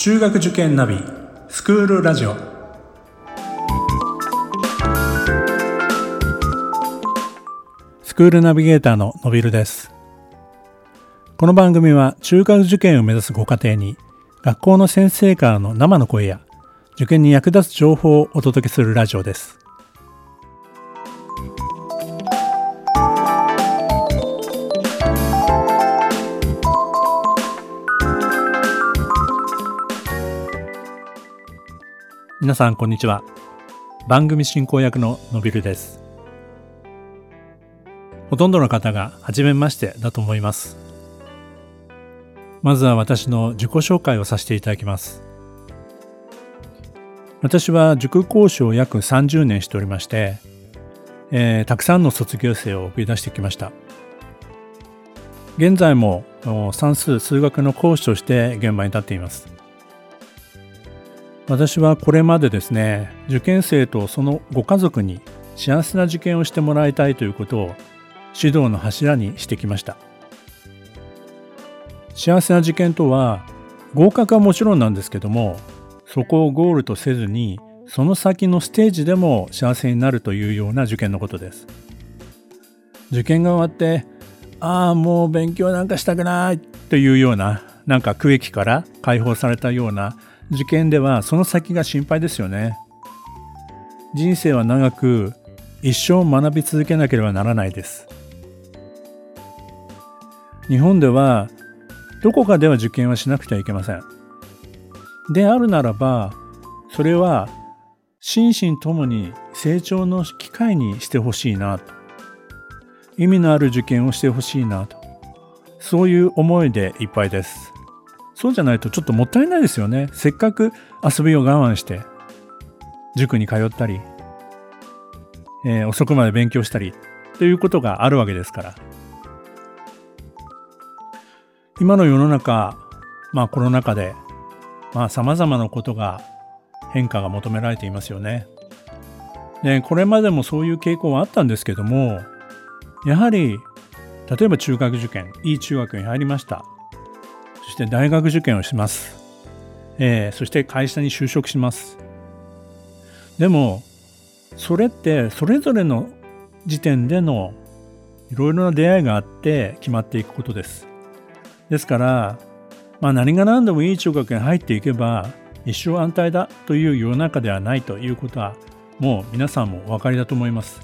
中学受験ナビスクールラジオ。スクールナビゲーターののびるです。この番組は中学受験を目指すご家庭に学校の先生からの生の声や受験に役立つ情報をお届けするラジオです。皆さんこんにちは。番組進行役ののびるです。ほとんどの方が初めましてだと思います。まずは私の自己紹介をさせていただきます。私は塾講師を約30年しておりまして、たくさんの卒業生を送り出してきました。現在も算数・数学の講師として現場に立っています。私はこれまでですね、受験生とそのご家族に幸せな受験をしてもらいたいということを指導の柱にしてきました。幸せな受験とは合格はもちろんなんですけども、そこをゴールとせずにその先のステージでも幸せになるというような受験のことです。受験が終わってもう勉強なんかしたくないというような、なんか苦役から解放されたような受験ではその先が心配ですよね。人生は長く一生学び続けなければならないです。日本ではどこかでは受験はしなくてはいけません。であるならば、それは心身ともに成長の機会にしてほしいなと、意味のある受験をしてほしいなと、そういう思いでいっぱいです。そうじゃないとちょっともったいないですよね。せっかく遊びを我慢して塾に通ったり、遅くまで勉強したりということがあるわけですから。今の世の中、コロナ禍で様々なことが変化が求められていますよね。で、これまでもそういう傾向はあったんですけども、やはり例えば中学受験、いい中学に入りました。そして大学受験をします。そして会社に就職します。でもそれってそれぞれの時点でのいろいろな出会いがあって決まっていくことです。ですから、何が何でもいい中学に入っていけば一生安泰だという世の中ではないということはもう皆さんもお分かりだと思います。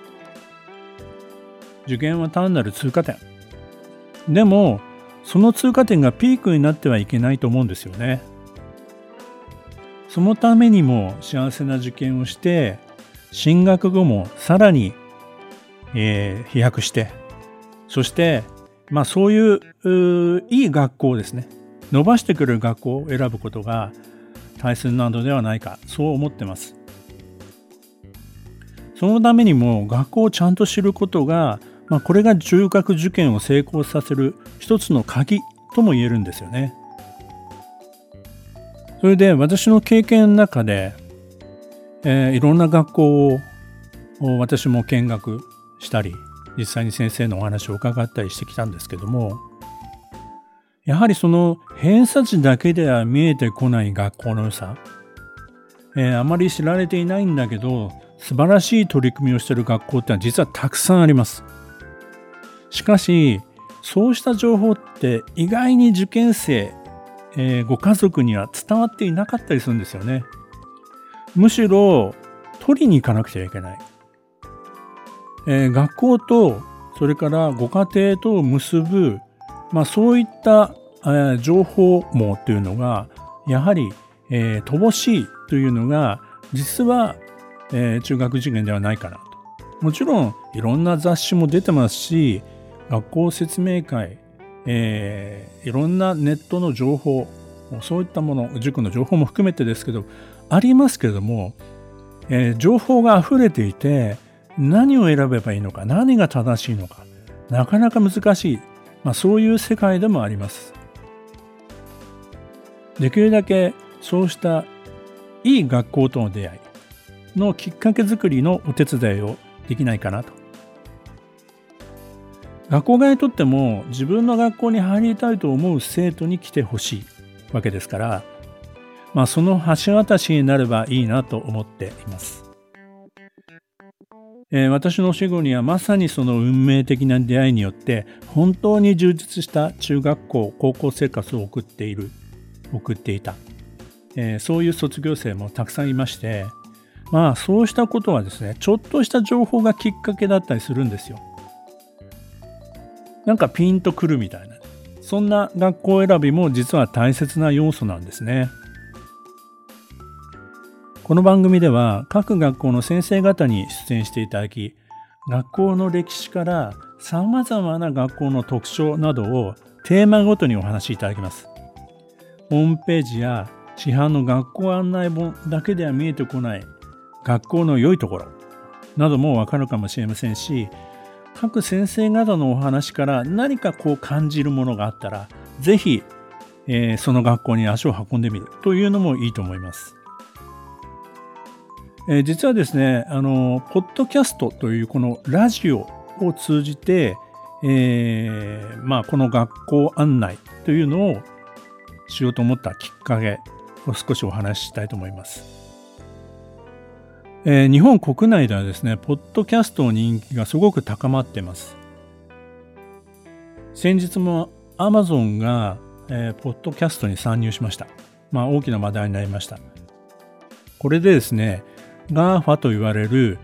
受験は単なる通過点。でもその通過点がピークになってはいけないと思うんですよね。そのためにも幸せな受験をして進学後もさらに、飛躍して、そしてそういういい学校ですね、伸ばしてくれる学校を選ぶことが大切なのではないか、そう思ってます。そのためにも学校をちゃんと知ることが、これが中学受験を成功させる一つの鍵とも言えるんですよね。それで私の経験の中で、いろんな学校を私も見学したり、実際に先生のお話を伺ったりしてきたんですけども、やはりその偏差値だけでは見えてこない学校の良さ、あまり知られていないんだけど素晴らしい取り組みをしている学校ってのは実はたくさんあります。しかしそうした情報って意外に受験生、ご家族には伝わっていなかったりするんですよね。むしろ取りに行かなくてはいけない。学校とそれからご家庭とを結ぶ、そういった、情報網というのがやはり、乏しいというのが実は、中学受験ではないかなと。もちろんいろんな雑誌も出てますし、学校説明会、いろんなネットの情報、そういったもの、塾の情報も含めてですけどありますけれども、情報があふれていて何を選べばいいのか、何が正しいのか、なかなか難しい、そういう世界でもあります。できるだけそうしたいい学校との出会いのきっかけ作りのお手伝いをできないかなと。学校側にとっても自分の学校に入りたいと思う生徒に来てほしいわけですから、 その橋渡しになればいいなと思っています。私の死後にはまさにその運命的な出会いによって本当に充実した中学校高校生活を送っていた、そういう卒業生もたくさんいまして、そうしたことはですね、ちょっとした情報がきっかけだったりするんですよ。なんかピンとくるみたいな、そんな学校選びも実は大切な要素なんですね。この番組では各学校の先生方に出演していただき、学校の歴史からさまざまな学校の特徴などをテーマごとにお話しいただきます。ホームページや市販の学校案内本だけでは見えてこない学校の良いところなどもわかるかもしれませんし、各先生方のお話から何か感じるものがあったら、ぜひ、その学校に足を運んでみるというのもいいと思います。実はですね、ポッドキャストというこのラジオを通じて、この学校案内というのをしようと思ったきっかけを少しお話ししたいと思います。日本国内ではですね、ポッドキャストの人気がすごく高まっています。先日も Amazon が、ポッドキャストに参入しました。大きな話題になりました。これでですね、GAFA と言われる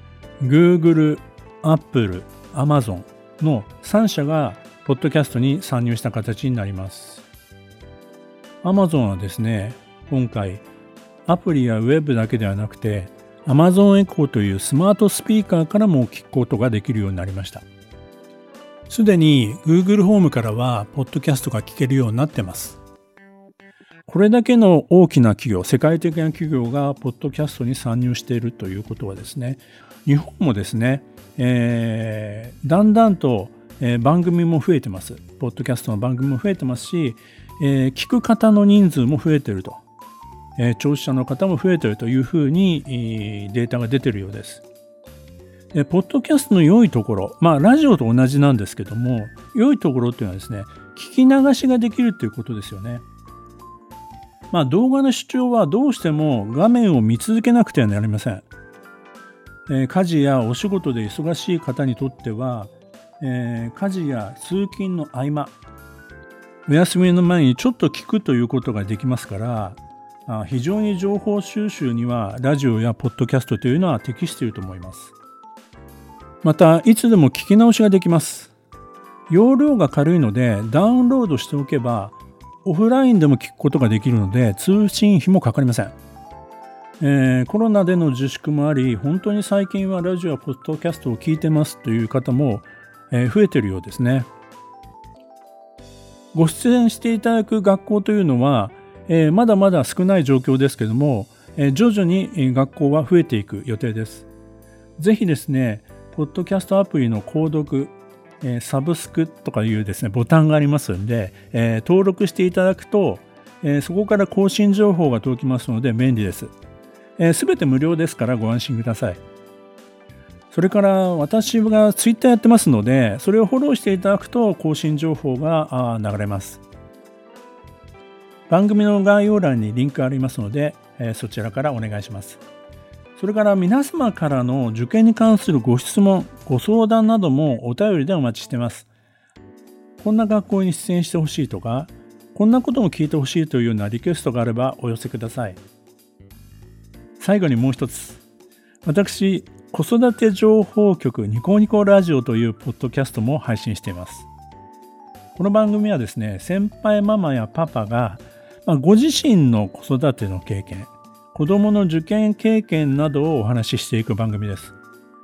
Google、Apple、Amazon の3社がポッドキャストに参入した形になります。Amazon はですね、今回アプリやウェブだけではなくて Amazon Echo というスマートスピーカーからも聞くことができるようになりました。すでに Google ホームからはポッドキャストが聞けるようになっています。これだけの大きな企業、世界的な企業がポッドキャストに参入しているということはですね、日本もですね、だんだんと、番組も増えてます。ポッドキャストの番組も増えてますし、聞く方の人数も増えていると、聴取者の方も増えているというふうに、データが出ているようです。ポッドキャストの良いところ、ラジオと同じなんですけども、良いところっていうのはですね、聞き流しができるということですよね。動画の視聴はどうしても画面を見続けなくてはなりません。家事やお仕事で忙しい方にとっては、家事や通勤の合間、お休みの前にちょっと聞くということができますから、非常に情報収集にはラジオやポッドキャストというのは適していると思います。また、いつでも聞き直しができます。容量が軽いのでダウンロードしておけばオフラインでも聞くことができるので通信費もかかりません。コロナでの自粛もあり、本当に最近はラジオやポッドキャストを聞いてますという方も、増えているようですね。ご出演していただく学校というのは、まだまだ少ない状況ですけれども、徐々に学校は増えていく予定です。ぜひですね、ポッドキャストアプリの購読、サブスクとかいうですねボタンがありますので、登録していただくと、そこから更新情報が届きますので便利です。すべて無料ですからご安心ください。それから私がツイッターやってますので、それをフォローしていただくと更新情報が流れます。番組の概要欄にリンクありますので、そちらからお願いします。それから皆様からの受験に関するご質問、ご相談などもお便りでお待ちしています。こんな学校に出演してほしいとか、こんなことも聞いてほしいというようなリクエストがあればお寄せください。最後にもう一つ。私、子育て情報局ニコニコラジオというポッドキャストも配信しています。この番組はですね、先輩ママやパパが、ご自身の子育ての経験、子供の受験経験などをお話ししていく番組です。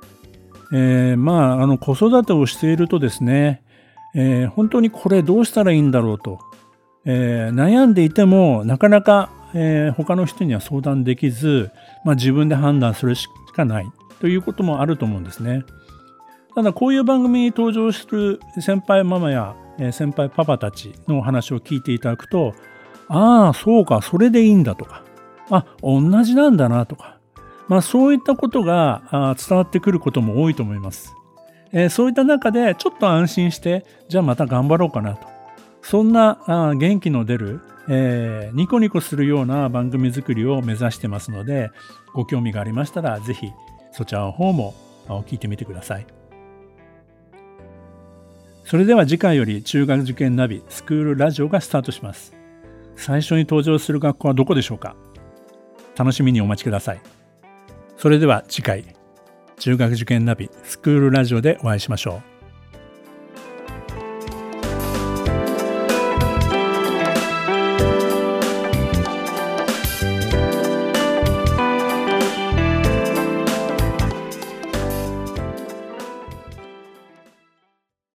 子育てをしているとですね、本当にこれどうしたらいいんだろうと、悩んでいてもなかなか、他の人には相談できず、自分で判断するしかないということもあると思うんですね。ただこういう番組に登場する先輩ママや先輩パパたちのお話を聞いていただくと、ああそうか、それでいいんだとか、同じなんだなとか、そういったことが伝わってくることも多いと思います。そういった中でちょっと安心して、じゃあまた頑張ろうかなと、 そんな元気の出る、ニコニコするような番組作りを目指してますので、ご興味がありましたらぜひそちらの方も聞いてみてください。それでは次回より中学受験ナビスクールラジオがスタートします。最初に登場する学校はどこでしょうか。楽しみにお待ちください。それでは次回中学受験ナビスクールラジオでお会いしましょう。